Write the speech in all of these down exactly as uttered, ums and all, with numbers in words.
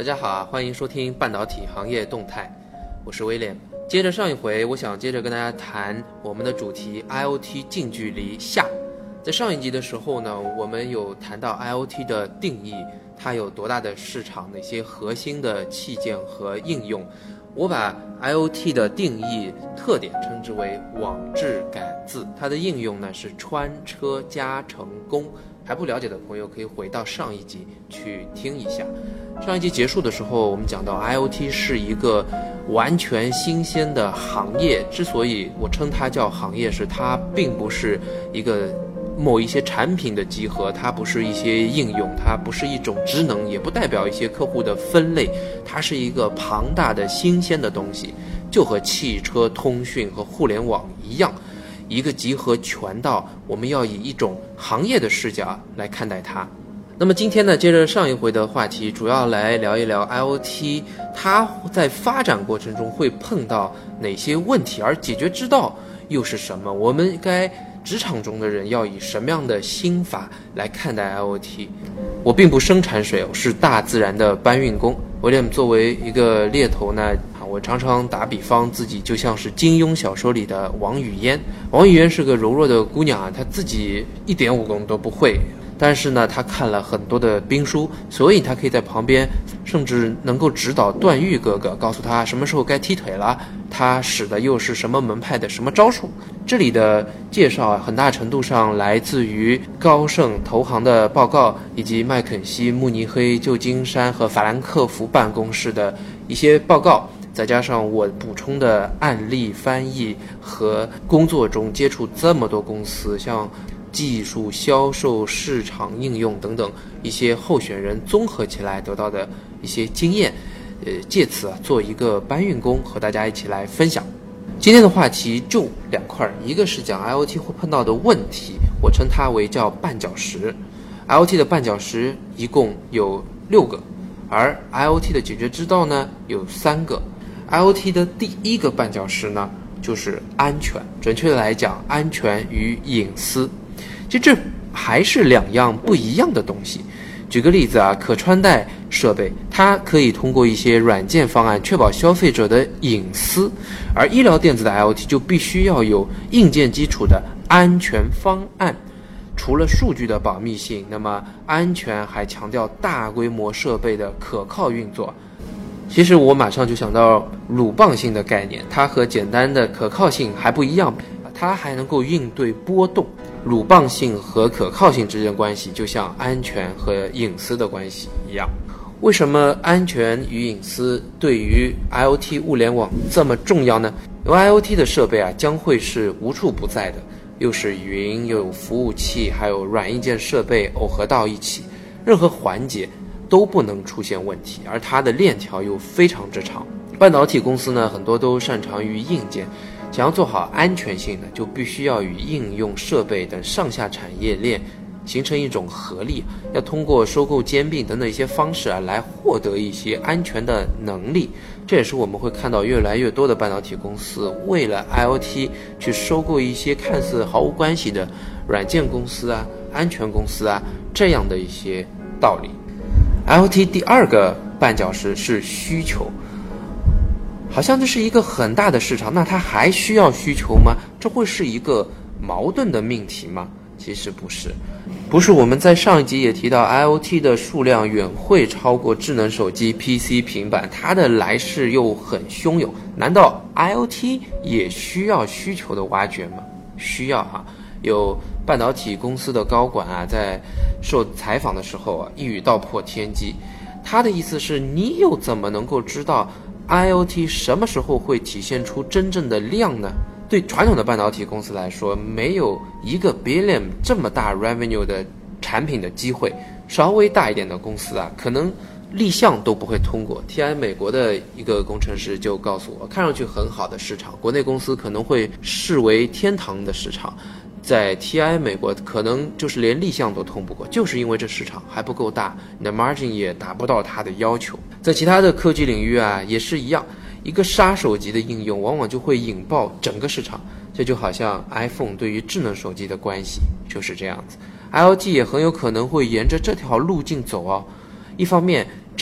大家好，欢迎收听半导体行业动态，我是威廉。接着上一回，我想接着跟大家谈我们的主题 I O T 近距离下。在上一集的时候呢，我们有谈到 I O T 的定义，它有多大的市场，哪些核心的器件和应用。我把 I O T 的定义特点称之为网质感字，它的应用呢是穿车加成工。还不了解的朋友可以回到上一集去听一下。上一集结束的时候，我们讲到 I O T 是一个完全新鲜的行业，之所以我称它叫行业，是它并不是一个某一些产品的集合，它不是一些应用，它不是一种职能，也不代表一些客户的分类，它是一个庞大的新鲜的东西，就和汽车通讯和互联网一样，一个集合全到，我们要以一种行业的视角来看待它。那么今天呢，接着上一回的话题，主要来聊一聊 I O T 它在发展过程中会碰到哪些问题，而解决之道又是什么，我们该职场中的人要以什么样的心法来看待 I O T。 我并不生产水，我是大自然的搬运工。William 作为一个猎头呢，我常常打比方，自己就像是金庸小说里的王语嫣。王语嫣是个柔弱的姑娘啊，她自己一点武功都不会，但是呢，她看了很多的兵书，所以她可以在旁边甚至能够指导段誉哥哥，告诉他什么时候该踢腿了，他使的又是什么门派的什么招数。这里的介绍啊，很大程度上来自于高盛投行的报告，以及麦肯锡、慕尼黑、旧金山和法兰克福办公室的一些报告，再加上我补充的案例翻译和工作中接触这么多公司，像技术、销售、市场应用等等一些候选人综合起来得到的一些经验，呃，借此啊做一个搬运工，和大家一起来分享。今天的话题就两块，一个是讲 I O T 会碰到的问题，我称它为叫绊脚石。I O T 的绊脚石一共有六个，而 I O T 的解决之道呢有三个。I O T 的第一个绊脚石呢就是安全，准确的来讲，安全与隐私。其实这还是两样不一样的东西。举个例子啊，可穿戴设备它可以通过一些软件方案确保消费者的隐私，而医疗电子的 I O T 就必须要有硬件基础的安全方案。除了数据的保密性，那么安全还强调大规模设备的可靠运作。其实我马上就想到鲁棒性的概念，它和简单的可靠性还不一样，它还能够应对波动。鲁棒性和可靠性之间的关系就像安全和隐私的关系一样。为什么安全与隐私对于 I O T 物联网这么重要呢？因为 I O T 的设备啊将会是无处不在的，又是云，又有服务器，还有软硬件设备耦合到一起，任何环节都不能出现问题，而它的链条又非常之长。半导体公司呢，很多都擅长于硬件，想要做好安全性呢，就必须要与应用设备等上下产业链形成一种合力，要通过收购兼并等等一些方式啊，来获得一些安全的能力。这也是我们会看到越来越多的半导体公司为了 I O T 去收购一些看似毫无关系的软件公司啊、安全公司啊，这样的一些道理。I O T 第二个绊脚石是需求，好像这是一个很大的市场，那它还需要需求吗？这会是一个矛盾的命题吗？其实不是，不是。我们在上一集也提到 I O T 的数量远会超过智能手机、P C、平板，它的来势又很汹涌，难道 I O T 也需要需求的挖掘吗？需要啊。有半导体公司的高管啊，在受采访的时候啊，一语道破天机。他的意思是，你又怎么能够知道 I O T 什么时候会体现出真正的量呢？对传统的半导体公司来说，没有一个 billion 这么大 revenue 的产品的机会，稍微大一点的公司啊，可能立项都不会通过。 T I 美国的一个工程师就告诉我，看上去很好的市场，国内公司可能会视为天堂的市场，在 T I 美国可能就是连立项都通不过，就是因为这市场还不够大，你的 margin 也达不到它的要求。在其他的科技领域啊，也是一样，一个杀手级的应用往往就会引爆整个市场，这就好像 iPhone 对于智能手机的关系就是这样子。 I O T 也很有可能会沿着这条路径走哦。一方面，这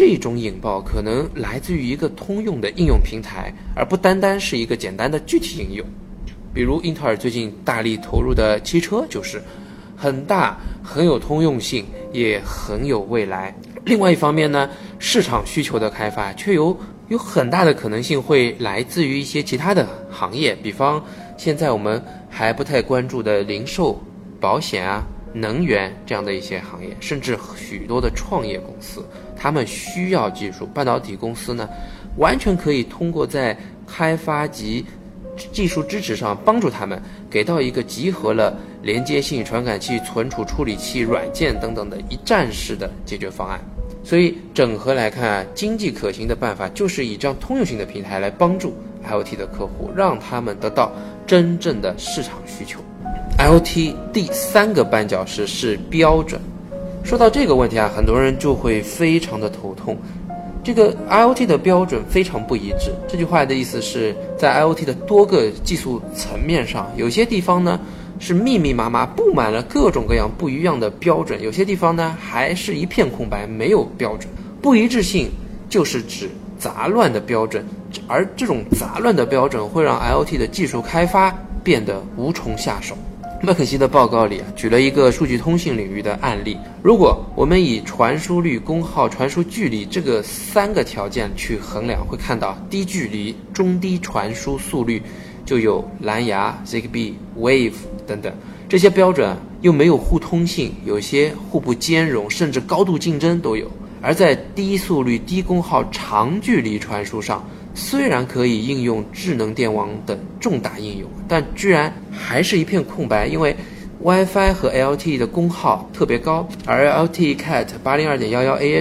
这种引爆可能来自于一个通用的应用平台，而不单单是一个简单的具体应用。比如英特尔最近大力投入的汽车就是很大，很有通用性，也很有未来。另外一方面呢，市场需求的开发却有有很大的可能性会来自于一些其他的行业，比方现在我们还不太关注的零售、保险啊、能源这样的一些行业，甚至许多的创业公司，他们需要技术，半导体公司呢，完全可以通过在开发及技术支持上帮助他们，给到一个集合了连接性、传感器、存储处理器、软件等等的一站式的解决方案。所以整合来看啊，经济可行的办法就是以这样通用性的平台来帮助 I O T 的客户，让他们得到真正的市场需求。I O T 第三个绊脚石是标准。说到这个问题啊，很多人就会非常的头痛。这个 I O T 的标准非常不一致，这句话的意思是在 I O T 的多个技术层面上，有些地方呢是密密麻麻布满了各种各样不一样的标准，有些地方呢还是一片空白，没有标准。不一致性就是指杂乱的标准，而这种杂乱的标准会让 I O T 的技术开发变得无从下手。麦肯锡的报告里啊，举了一个数据通信领域的案例。如果我们以传输率、功耗、传输距离这个三个条件去衡量，会看到低距离、中低传输速率就有蓝牙、Zigbee、Wave 等等，这些标准又没有互通性，有些互不兼容，甚至高度竞争都有。而在低速率、低功耗、长距离传输上，虽然可以应用智能电网等重大应用，但居然还是一片空白，因为 Wi-Fi 和 L T E 的功耗特别高，而 L T E Cat 八零二点一一 A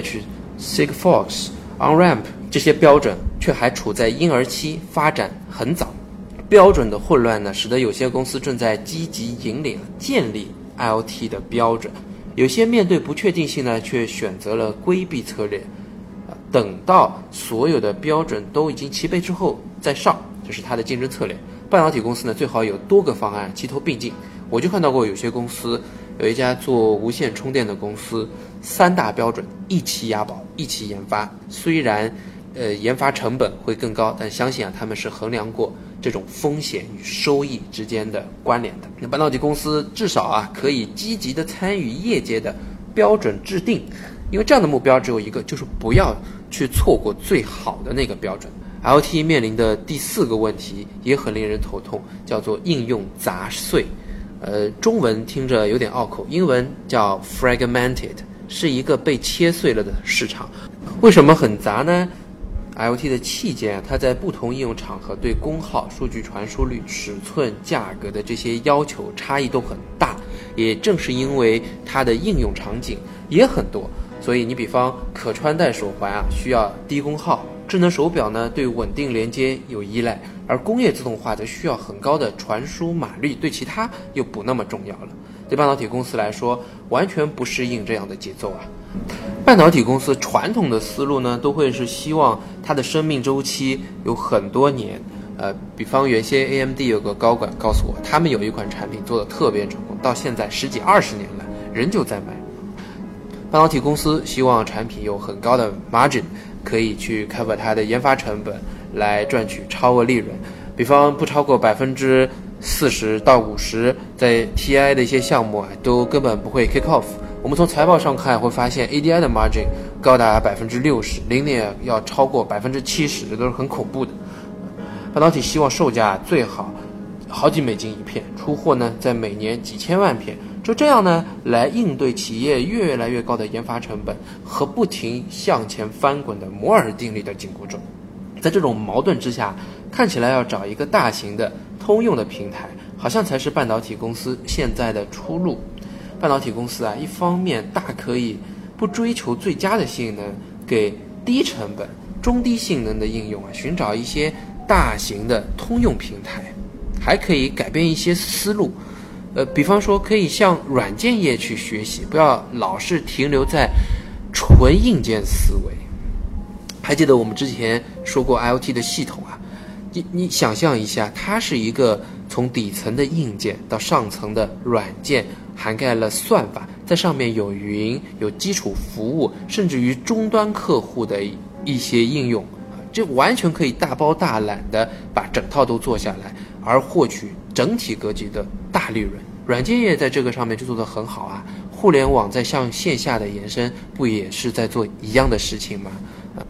H、Sigfox、OnRamp 这些标准却还处在婴儿期，发展很早。标准的混乱呢，使得有些公司正在积极引领建立 I O T 的标准，有些面对不确定性呢，却选择了规避策略。等到所有的标准都已经齐备之后再上，这是它的竞争策略。半导体公司呢，最好有多个方案齐头并进。我就看到过有些公司，有一家做无线充电的公司，三大标准一起押宝，一起研发。虽然呃研发成本会更高，但相信啊他们是衡量过这种风险与收益之间的关联的。那半导体公司至少啊可以积极的参与业界的标准制定，因为这样的目标只有一个，就是不要去错过最好的那个标准。I O T 面临的第四个问题也很令人头痛，叫做应用杂碎。呃，中文听着有点拗口，英文叫 fragmented， 是一个被切碎了的市场。为什么很杂呢？ I O T 的器件，它在不同应用场合对功耗、数据传输率、尺寸、价格的这些要求差异都很大，也正是因为它的应用场景也很多，所以你比方可穿戴手环啊，需要低功耗；智能手表呢，对稳定连接有依赖，而工业自动化则需要很高的传输码率，对其他又不那么重要了。对半导体公司来说，完全不适应这样的节奏啊。半导体公司传统的思路呢，都会是希望它的生命周期有很多年。呃，比方原先 A M D 有个高管告诉我，他们有一款产品做得特别成功，到现在十几二十年了，人就在卖。半导体公司希望产品有很高的 margin， 可以去 cover 它的研发成本，来赚取超额利润。比方不超过百分之四十到五十，在 T I 的一些项目啊，都根本不会 kick off。我们从财报上看会发现 A D I 的 margin 高达百分之六十，零点要超过百分之七十，这都是很恐怖的。半导体希望售价最好好几美金一片，出货呢在每年几千万片，就这样呢来应对企业越来越高的研发成本和不停向前翻滚的摩尔定律的紧箍咒。在这种矛盾之下，看起来要找一个大型的通用的平台，好像才是半导体公司现在的出路。半导体公司啊，一方面大可以不追求最佳的性能，给低成本、中低性能的应用啊，寻找一些大型的通用平台，还可以改变一些思路。呃，比方说可以向软件业去学习，不要老是停留在纯硬件思维。还记得我们之前说过 I O T 的系统啊，你你想象一下，它是一个从底层的硬件到上层的软件，涵盖了算法， 在上面有云、有基础服务，甚至于终端客户的一些应用，这完全可以大包大揽的把整套都做下来，而获取整体格局的大利润。软件业在这个上面就做得很好啊，互联网在向线下的延伸，不也是在做一样的事情吗？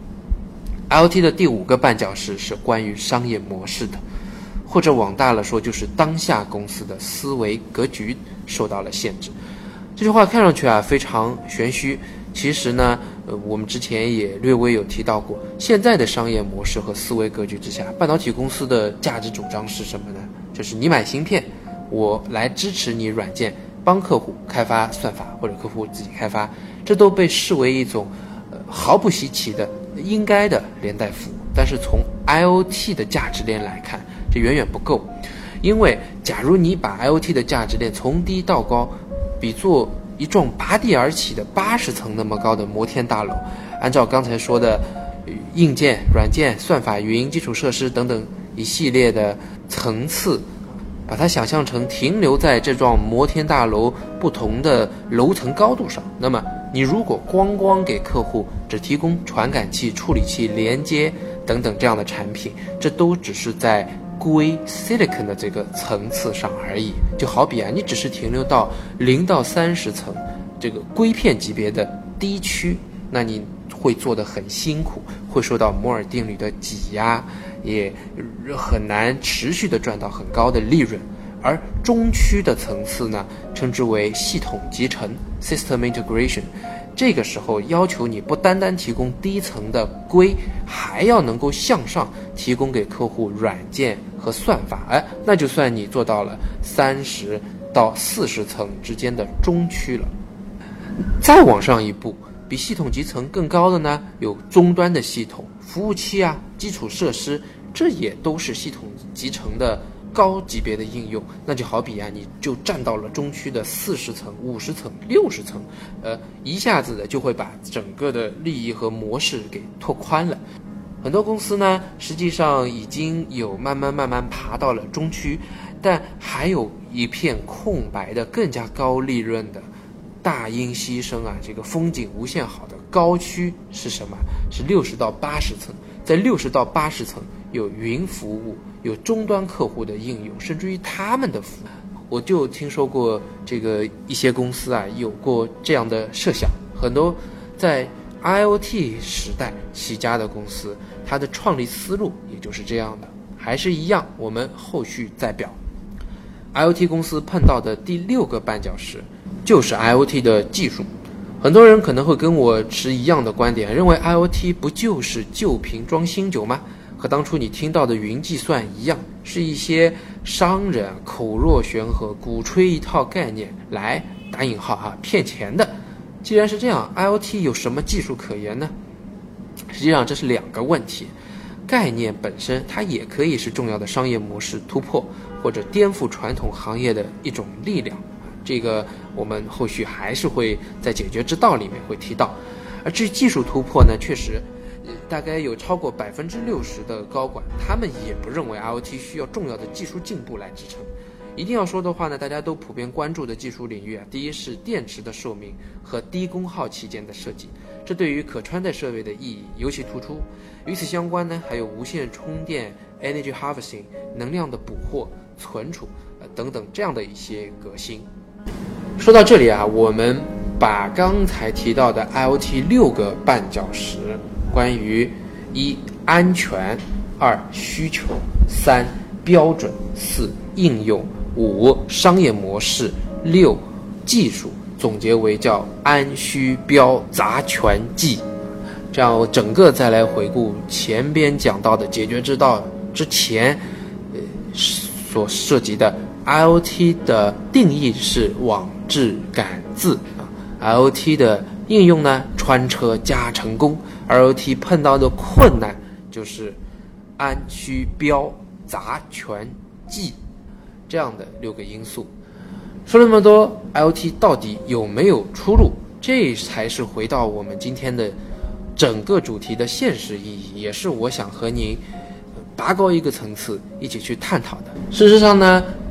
I O T 的第五个绊脚石是关于商业模式的，或者往大了说，就是当下公司的思维格局受到了限制。这句话看上去啊非常玄虚，其实呢，呃，我们之前也略微有提到过，现在的商业模式和思维格局之下，半导体公司的价值主张是什么呢？就是你买芯片，我来支持你软件，帮客户开发算法，或者客户自己开发，这都被视为一种呃毫不稀奇的应该的连带服务。但是从 I O T 的价值链来看，这远远不够，因为假如你把 I O T 的价值链从低到高比作一幢拔地而起的八十层那么高的摩天大楼，按照刚才说的硬件、软件、算法、云、基础设施等等一系列的层次，把它想象成停留在这幢摩天大楼不同的楼层高度上，那么你如果光光给客户只提供传感器、处理器、连接等等这样的产品，这都只是在硅 silicon 的这个层次上而已。就好比啊，你只是停留到零到三十层这个硅片级别的低区，那你会做得很辛苦，会受到摩尔定律的挤压，也很难持续的赚到很高的利润。而中区的层次呢，称之为系统集成 system integration， 这个时候要求你不单单提供低层的硅，还要能够向上提供给客户软件和算法，哎，那就算你做到了三十到四十层之间的中区了。再往上一步，比系统集成更高的呢，有终端的系统、服务器啊、基础设施，这也都是系统集成的高级别的应用。那就好比啊，你就占到了中区的四十层、五十层、六十层，呃，一下子的就会把整个的利益和模式给拓宽了。很多公司呢，实际上已经有慢慢慢慢爬到了中区，但还有一片空白的、更加高利润的、大音希声啊，这个风景无限好的高区是什么？是六十到八十层。在六十到八十层有云服务，有终端客户的应用，甚至于他们的服务。我就听说过这个一些公司啊，有过这样的设想。很多在 I O T 时代起家的公司，它的创立思路也就是这样的。还是一样，我们后续再表。I O T 公司碰到的第六个绊脚石就是 I O T 的技术。很多人可能会跟我持一样的观点，认为 I O T 不就是旧瓶装新酒吗？和当初你听到的云计算一样，是一些商人口若悬河，鼓吹一套概念来打引号哈骗钱的。既然是这样， I O T 有什么技术可言呢？实际上这是两个问题。概念本身它也可以是重要的商业模式突破或者颠覆传统行业的一种力量，这个我们后续还是会在解决之道里面会提到。而至于技术突破呢，确实大概有超过百分之六十的高管，他们也不认为 I O T 需要重要的技术进步来支撑。一定要说的话呢，大家都普遍关注的技术领域啊，第一是电池的寿命和低功耗器件的设计，这对于可穿戴设备的意义尤其突出。与此相关呢，还有无线充电 （energy harvesting）、能量的捕获、存储、呃、等等这样的一些革新。说到这里啊，我们把刚才提到的 I O T 六个绊脚石，关于一安全、二需求、三标准、四应用、五商业模式、六技术，总结为叫安需标杂全计。这样我整个再来回顾前边讲到的解决之道之前，呃所涉及的 I O T 的定义是网质感字啊 ，I O T 的应用呢穿车加成功 ，I O T 碰到的困难就是安需标杂全计这样的六个因素。说了那么多 ，I O T 到底有没有出路？这才是回到我们今天的整个主题的现实意义，也是我想和您拔高一个层次一起去探讨的。事实上呢，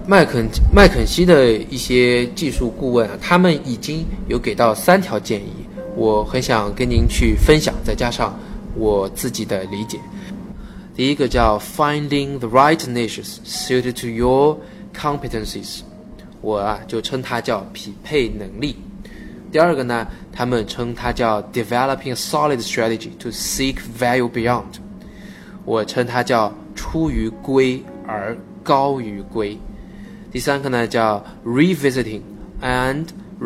麦肯麦肯锡的一些技术顾问啊，他们已经有给到三条建议，我很想跟您去分享，再加上我自己的理解。第一个叫 Finding the right niches suited to your competencies， 我啊就称它叫匹配能力。第二个呢，他们称它叫 Developing a solid strategy to seek value beyond， 我称它叫出于规而高于规。第三个呢叫 Revisiting and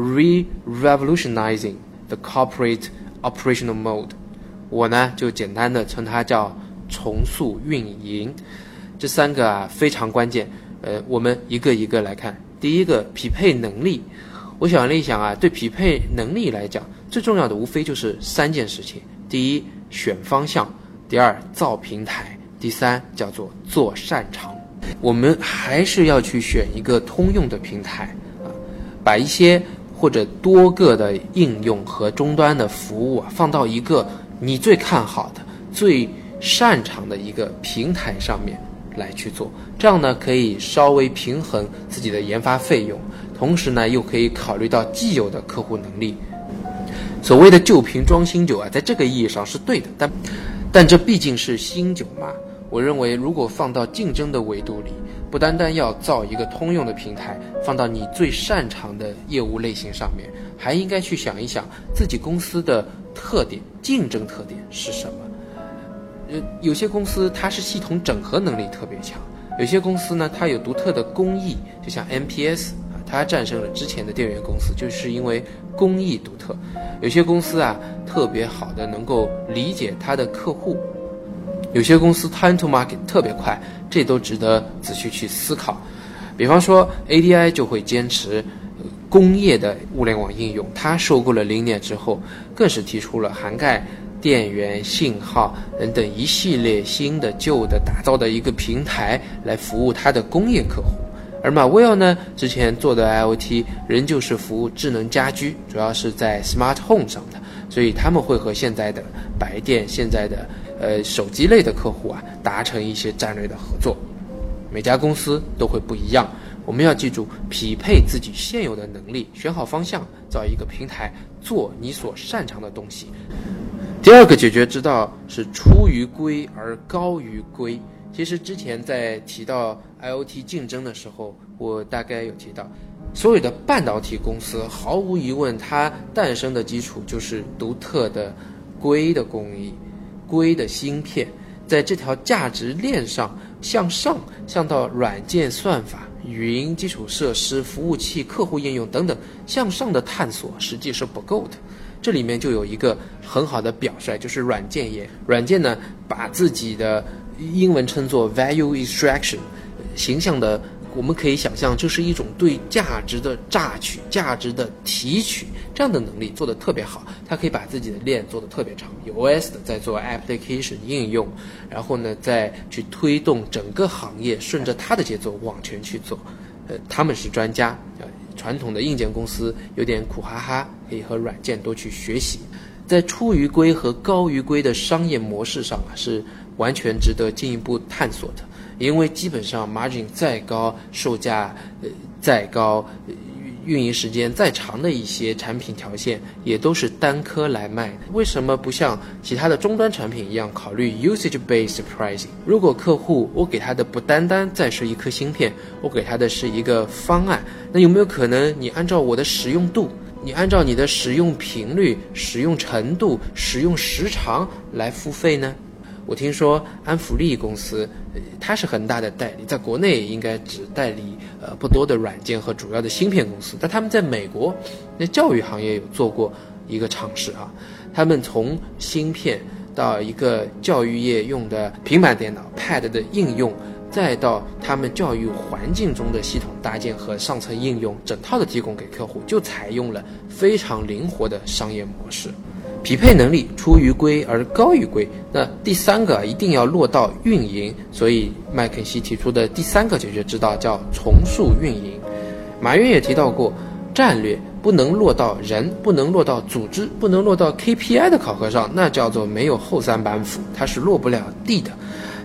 Re-revolutionizing the corporate operational mode， 我呢就简单的称它叫重塑运营。这三个啊非常关键，呃，我们一个一个来看。第一个匹配能力，我想了一想啊，对匹配能力来讲，最重要的无非就是三件事情：第一，选方向；第二，造平台；第三，叫做做擅长。我们还是要去选一个通用的平台啊，把一些或者多个的应用和终端的服务啊，放到一个你最看好的、最擅长的一个平台上面来去做，这样呢可以稍微平衡自己的研发费用，同时呢又可以考虑到既有的客户能力。所谓的旧瓶装新酒啊，在这个意义上是对的，但但这毕竟是新酒嘛。我认为如果放到竞争的维度里，不单单要造一个通用的平台，放到你最擅长的业务类型上面，还应该去想一想自己公司的特点、竞争特点是什么。呃，有些公司它是系统整合能力特别强，有些公司呢它有独特的工艺，就像 M P S 啊，它战胜了之前的电源公司，就是因为工艺独特。有些公司啊特别好的能够理解它的客户，有些公司 time to market 特别快，这都值得仔细去思考。比方说 A D I 就会坚持工业的物联网应用，它收购了零点之后，更是提出了涵盖电源、信号等等一系列新的旧的打造的一个平台来服务它的工业客户。而马威尔呢，之前做的 I O T 仍旧是服务智能家居，主要是在 Smart Home 上的，所以他们会和现在的白电、现在的呃手机类的客户啊达成一些战略的合作。每家公司都会不一样，我们要记住匹配自己现有的能力，选好方向，造一个平台，做你所擅长的东西。第二个解决之道是出于规而高于规。其实之前在提到 I O T 竞争的时候，我大概有提到，所有的半导体公司毫无疑问它诞生的基础就是独特的硅的工艺、硅的芯片，在这条价值链上向上，向到软件、算法、云、基础设施、服务器、客户应用等等向上的探索实际是不够的。这里面就有一个很好的表率，就是软件业。软件呢，把自己的英文称作 value extraction， 形象的我们可以想象，就是一种对价值的榨取、价值的提取这样的能力做得特别好。它可以把自己的链做得特别长，有 O S 的在做 application 应用，然后呢再去推动整个行业顺着它的节奏往前去走。呃，他们是专家。呃传统的硬件公司有点苦哈哈，可以和软件多去学习。在出于规和高于规的商业模式上啊，是完全值得进一步探索的。因为基本上 margin 再高，售价呃再高，呃运营时间再长的一些产品条线也都是单颗来卖的。为什么不像其他的终端产品一样考虑 usage based pricing？ 如果客户我给他的不单单再是一颗芯片，我给他的是一个方案，那有没有可能你按照我的使用度，你按照你的使用频率、使用程度、使用时长来付费呢？我听说安福利公司，呃，它是恒大的代理，在国内应该只代理呃不多的软件和主要的芯片公司，但他们在美国那教育行业有做过一个尝试啊，他们从芯片到一个教育业用的平板电脑 Pad 的应用，再到他们教育环境中的系统搭建和上层应用，整套的提供给客户，就采用了非常灵活的商业模式。匹配能力出于规而高于规。那第三个一定要落到运营，所以麦肯锡提出的第三个解决之道叫重塑运营。马云也提到过，战略不能落到人，不能落到组织，不能落到 K P I 的考核上，那叫做没有后三板斧，它是落不了地的。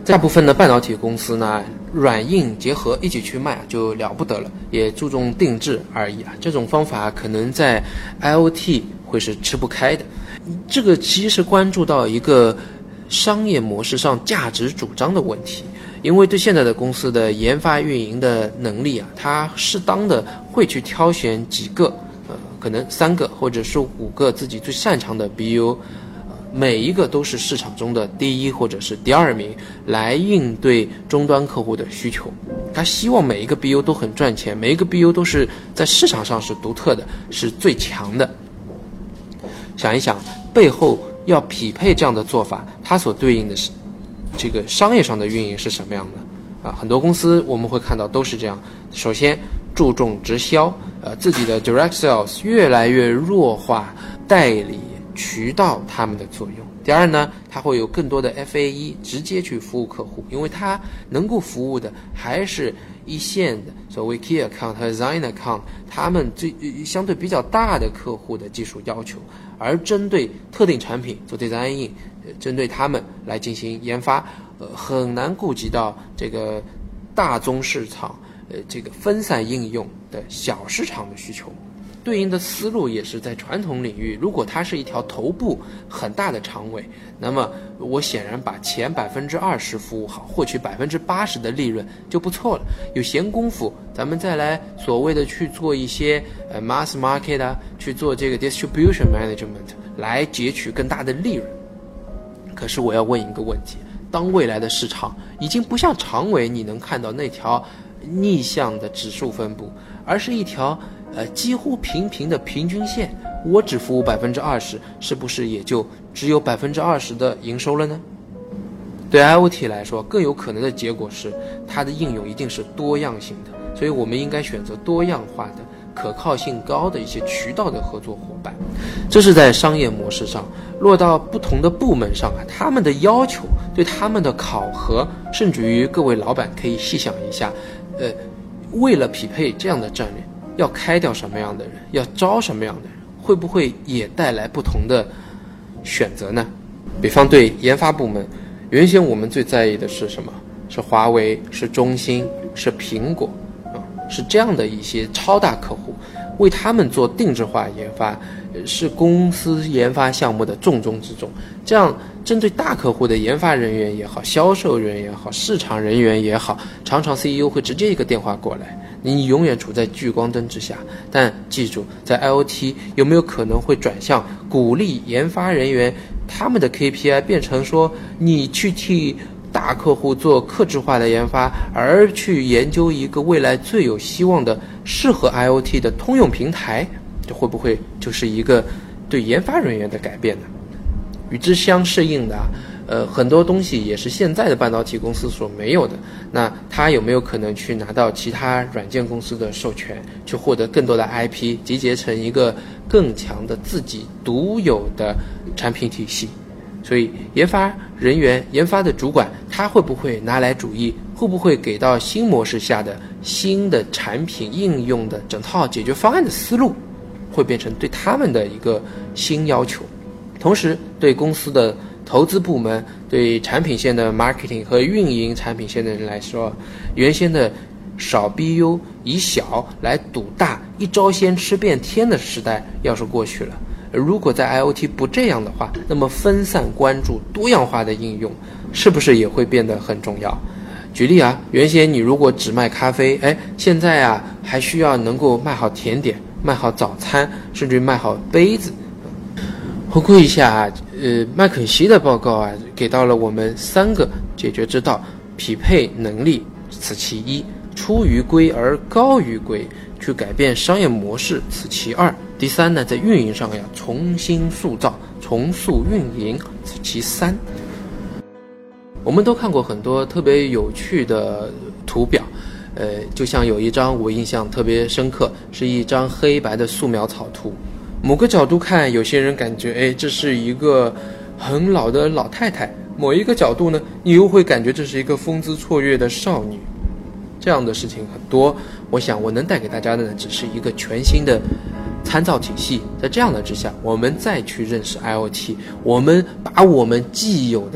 大部分的半导体公司呢，软硬结合一起去卖就了不得了，也注重定制而已啊。这种方法可能在 I O T 会是吃不开的。这个其实关注到一个商业模式上价值主张的问题，因为对现在的公司的研发运营的能力啊，它适当的会去挑选几个，呃，可能三个或者是五个自己最擅长的 B U。每一个都是市场中的第一或者是第二名，来应对终端客户的需求。他希望每一个 B U 都很赚钱，每一个 B U 都是在市场上是独特的，是最强的。想一想，背后要匹配这样的做法，它所对应的是这个商业上的运营是什么样的啊？很多公司我们会看到都是这样。首先注重直销，呃，自己的 direct sales 越来越弱化，代理渠道他们的作用。第二呢，它会有更多的 F A E 直接去服务客户，因为它能够服务的还是一线的所谓 key account 和 design account 他们最相对比较大的客户的技术要求，而针对特定产品做 design， 针对他们来进行研发，呃，很难顾及到这个大宗市场，呃，这个分散应用的小市场的需求。对应的思路也是在传统领域，如果它是一条头部很大的长尾，那么我显然把前百分之二十服务好，获取百分之八十的利润就不错了。有闲工夫，咱们再来所谓的去做一些呃 mass market 啊，去做这个 distribution management 来截取更大的利润。可是我要问一个问题，当未来的市场已经不像长尾你能看到那条逆向的指数分布，而是一条呃，几乎平平的平均线，我只服务百分之二十，是不是也就只有百分之二十的营收了呢？对 I O T 来说，更有可能的结果是，它的应用一定是多样性的，所以我们应该选择多样化的、可靠性高的一些渠道的合作伙伴。这是在商业模式上，落到不同的部门上啊，他们的要求、对他们的考核，甚至于各位老板可以细想一下，呃，为了匹配这样的战略。要开掉什么样的人，要招什么样的人，会不会也带来不同的选择呢？比方对研发部门，原先我们最在意的是什么？是华为，是中兴，是苹果啊，是这样的一些超大客户，为他们做定制化研发，是公司研发项目的重中之重。这样针对大客户的研发人员也好，销售人员也好，市场人员也好，常常 C E O 会直接一个电话过来，你永远处在聚光灯之下。但记住，在 I O T 有没有可能会转向鼓励研发人员他们的 K P I 变成说，你去替大客户做客制化的研发，而去研究一个未来最有希望的适合 I O T 的通用平台，这会不会就是一个对研发人员的改变呢？与之相适应的啊，呃，很多东西也是现在的半导体公司所没有的。那它有没有可能去拿到其他软件公司的授权，去获得更多的 I P， 集结成一个更强的自己独有的产品体系？所以研发人员、研发的主管，他会不会拿来主义？会不会给到新模式下的新的产品应用的整套解决方案的思路，会变成对他们的一个新要求？同时，对公司的投资部门、对产品线的 marketing 和运营产品线的人来说，原先的少 B U 以小来赌大、一招鲜吃遍天的时代要是过去了。如果在 I O T 不这样的话，那么分散关注、多样化的应用，是不是也会变得很重要？举例啊，原先你如果只卖咖啡，哎，现在啊还需要能够卖好甜点、卖好早餐，甚至于卖好杯子。回顾一下，呃，麦肯锡的报告啊，给到了我们三个解决之道：匹配能力，此其一；出于规而高于规，去改变商业模式，此其二；第三呢，在运营上要重新塑造、重塑运营，此其三。我们都看过很多特别有趣的图表，呃，就像有一张我印象特别深刻，是一张黑白的素描草图。某个角度看，有些人感觉，哎，这是一个很老的老太太；某一个角度呢，你又会感觉这是一个风姿绰约的少女。这样的事情很多，我想我能带给大家的呢，只是一个全新的参照体系。在这样的之下，我们再去认识 I O T， 我们把我们既有的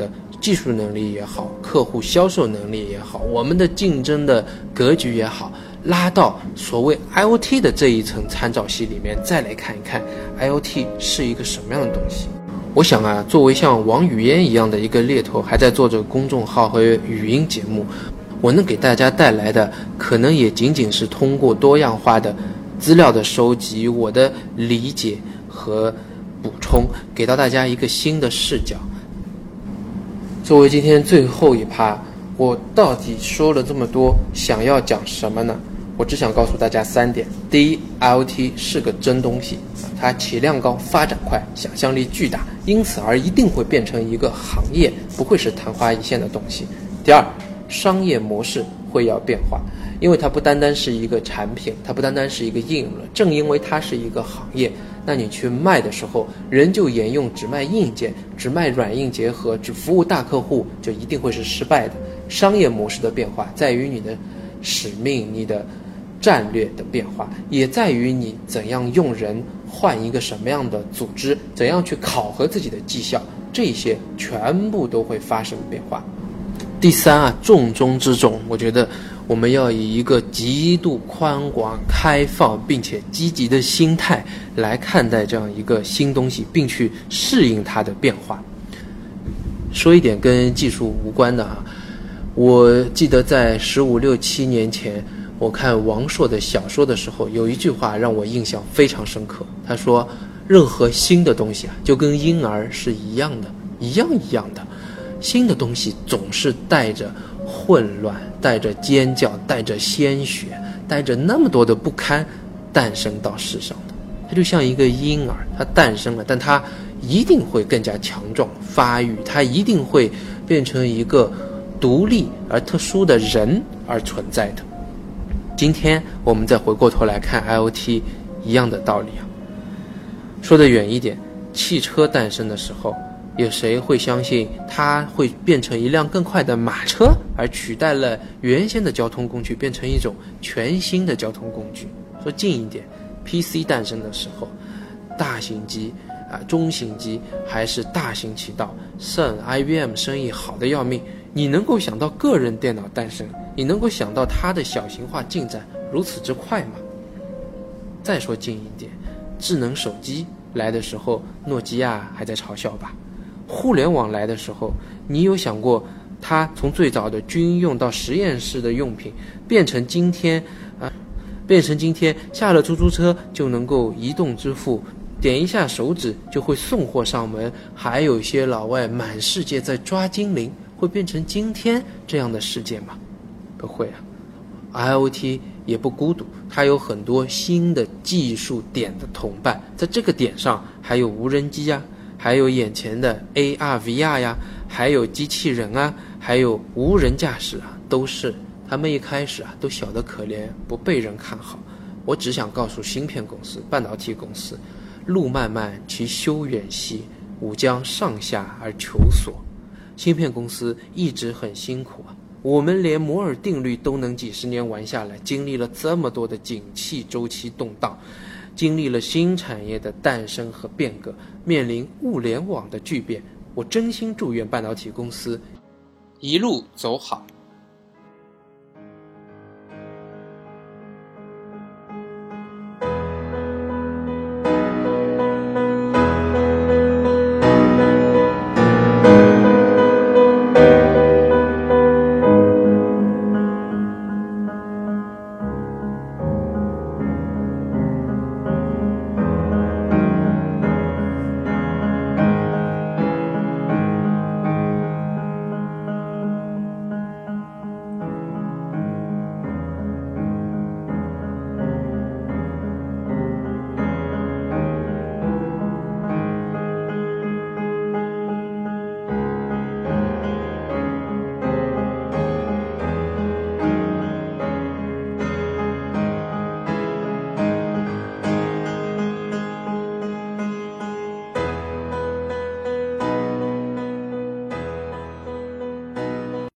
技术能力也好，客户销售能力也好，我们的竞争的格局也好，拉到所谓 I O T 的这一层参照系里面，再来看一看 I O T 是一个什么样的东西。我想啊，作为像王语嫣一样的一个猎头，还在做着公众号和语音节目，我能给大家带来的可能也仅仅是通过多样化的资料的收集，我的理解和补充，给到大家一个新的视角。作为今天最后一趴，我到底说了这么多，想要讲什么呢？我只想告诉大家三点。第一， I O T 是个真东西，它起量高，发展快，想象力巨大，因此而一定会变成一个行业，不会是昙花一现的东西。第二，商业模式会要变化，因为它不单单是一个产品，它不单单是一个应用了，正因为它是一个行业，那你去卖的时候，人就沿用只卖硬件，只卖软硬结合，只服务大客户，就一定会是失败的。商业模式的变化在于你的使命，你的战略的变化，也在于你怎样用人，换一个什么样的组织，怎样去考核自己的绩效，这些全部都会发生变化。第三啊，重中之重，我觉得我们要以一个极度宽广、开放并且积极的心态来看待这样一个新东西，并去适应它的变化。说一点跟技术无关的啊，我记得在十五六七年前，我看王朔的小说的时候，有一句话让我印象非常深刻。他说，任何新的东西啊，就跟婴儿是一样的，一样一样的。新的东西总是带着混乱，带着尖叫，带着鲜血，带着那么多的不堪诞生到世上的。它就像一个婴儿，它诞生了，但它一定会更加强壮发育，它一定会变成一个独立而特殊的人而存在的。今天我们再回过头来看 I O T， 一样的道理啊。说得远一点，汽车诞生的时候，有谁会相信它会变成一辆更快的马车，而取代了原先的交通工具，变成一种全新的交通工具？说近一点， P C 诞生的时候，大型机啊、中型机还是大行其道， Sun I B M 生意好得要命。你能够想到个人电脑诞生，你能够想到它的小型化进展如此之快吗？再说近一点，智能手机来的时候，诺基亚还在嘲笑吧？互联网来的时候，你有想过它从最早的军用到实验室的用品，变成今天啊、呃，变成今天下了出租车就能够移动支付，点一下手指就会送货上门，还有一些老外满世界在抓精灵，会变成今天这样的世界吗？不会啊。I O T 也不孤独，它有很多新的技术点的同伴，在这个点上还有无人机啊，还有眼前的 A R V R 呀，还有机器人啊，还有无人驾驶啊，都是他们一开始啊都小得可怜，不被人看好。我只想告诉芯片公司、半导体公司，路漫漫其修远兮，吾将上下而求索。芯片公司一直很辛苦啊，我们连摩尔定律都能几十年玩下来，经历了这么多的景气周期动荡，经历了新产业的诞生和变革，面临物联网的巨变。我真心祝愿半导体公司一路走好。